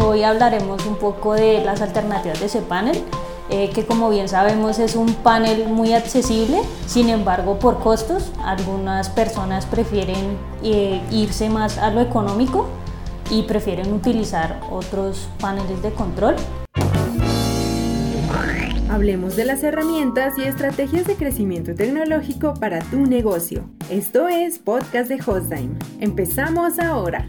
hoy hablaremos un poco de las alternativas de cPanel, que como bien sabemos es un panel muy accesible. Sin embargo, por costos, algunas personas prefieren irse más a lo económico y prefieren utilizar otros paneles de control. Hablemos de las herramientas y estrategias de crecimiento tecnológico para tu negocio. Esto es Podcast de Hostime. Empezamos ahora.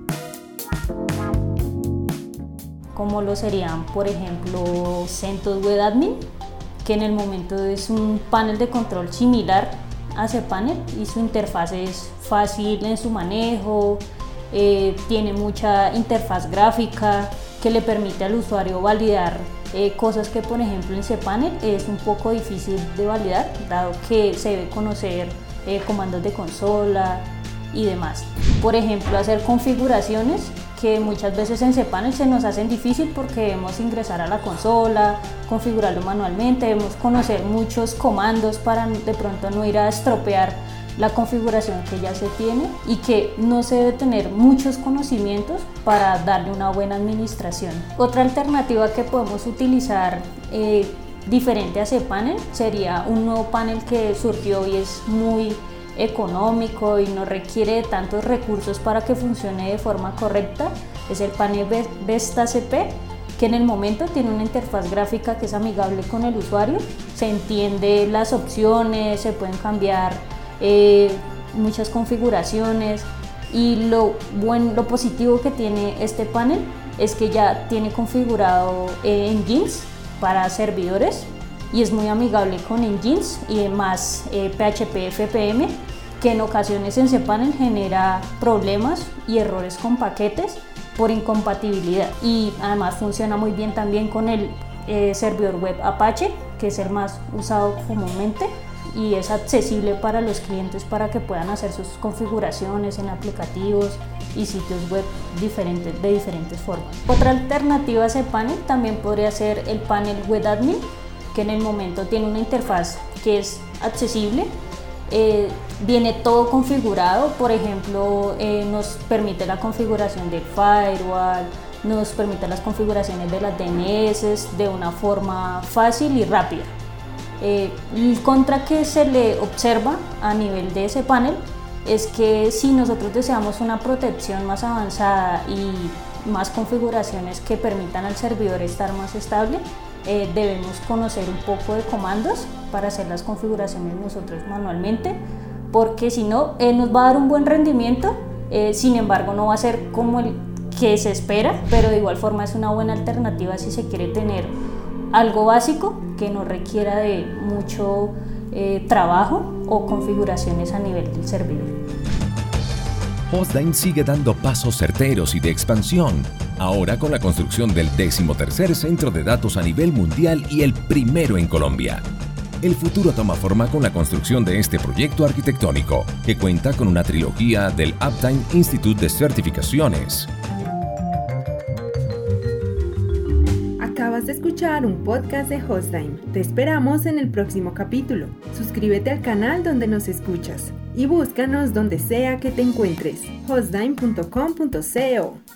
Como lo serían, por ejemplo, CentOS Web Admin, que en el momento es un panel de control similar a cPanel y su interfaz es fácil en su manejo, tiene mucha interfaz gráfica que le permite al usuario validar cosas que, por ejemplo, en cPanel es un poco difícil de validar, dado que se debe conocer comandos de consola y demás. Por ejemplo, hacer configuraciones que muchas veces en cPanel se nos hacen difícil porque debemos ingresar a la consola, configurarlo manualmente, debemos conocer muchos comandos para de pronto no ir a estropear la configuración que ya se tiene y que no se debe tener muchos conocimientos para darle una buena administración. Otra alternativa que podemos utilizar diferente a cPanel sería un nuevo panel que surgió y es muy económico y no requiere de tantos recursos para que funcione de forma correcta. Es el panel Vesta CP, que en el momento tiene una interfaz gráfica que es amigable con el usuario, se entiende las opciones, se pueden cambiar muchas configuraciones y lo positivo que tiene este panel es que ya tiene configurado engines para servidores y es muy amigable con engines y además PHP FPM, que en ocasiones en cPanel genera problemas y errores con paquetes por incompatibilidad, y además funciona muy bien también con el servidor web Apache, que es el más usado comúnmente y es accesible para los clientes para que puedan hacer sus configuraciones en aplicativos y sitios web de diferentes formas. Otra alternativa a cPanel también podría ser el panel Web Admin, que en el momento tiene una interfaz que es accesible, viene todo configurado. Por ejemplo, nos permite la configuración del firewall, nos permite las configuraciones de las DNS de una forma fácil y rápida. El contra que se le observa a nivel de ese panel es que si nosotros deseamos una protección más avanzada y más configuraciones que permitan al servidor estar más estable, debemos conocer un poco de comandos para hacer las configuraciones nosotros manualmente, porque si no, nos va a dar un buen rendimiento, sin embargo no va a ser como el que se espera, pero de igual forma es una buena alternativa si se quiere tener algo básico que no requiera de mucho trabajo o configuraciones a nivel del servidor. Hostime sigue dando pasos certeros y de expansión, ahora con la construcción del 13º centro de datos a nivel mundial y el primero en Colombia. El futuro toma forma con la construcción de este proyecto arquitectónico, que cuenta con una trilogía del Uptime Institute de certificaciones. Acabas de escuchar un podcast de Hostime. Te esperamos en el próximo capítulo. Suscríbete al canal donde nos escuchas y búscanos donde sea que te encuentres. hostime.com.co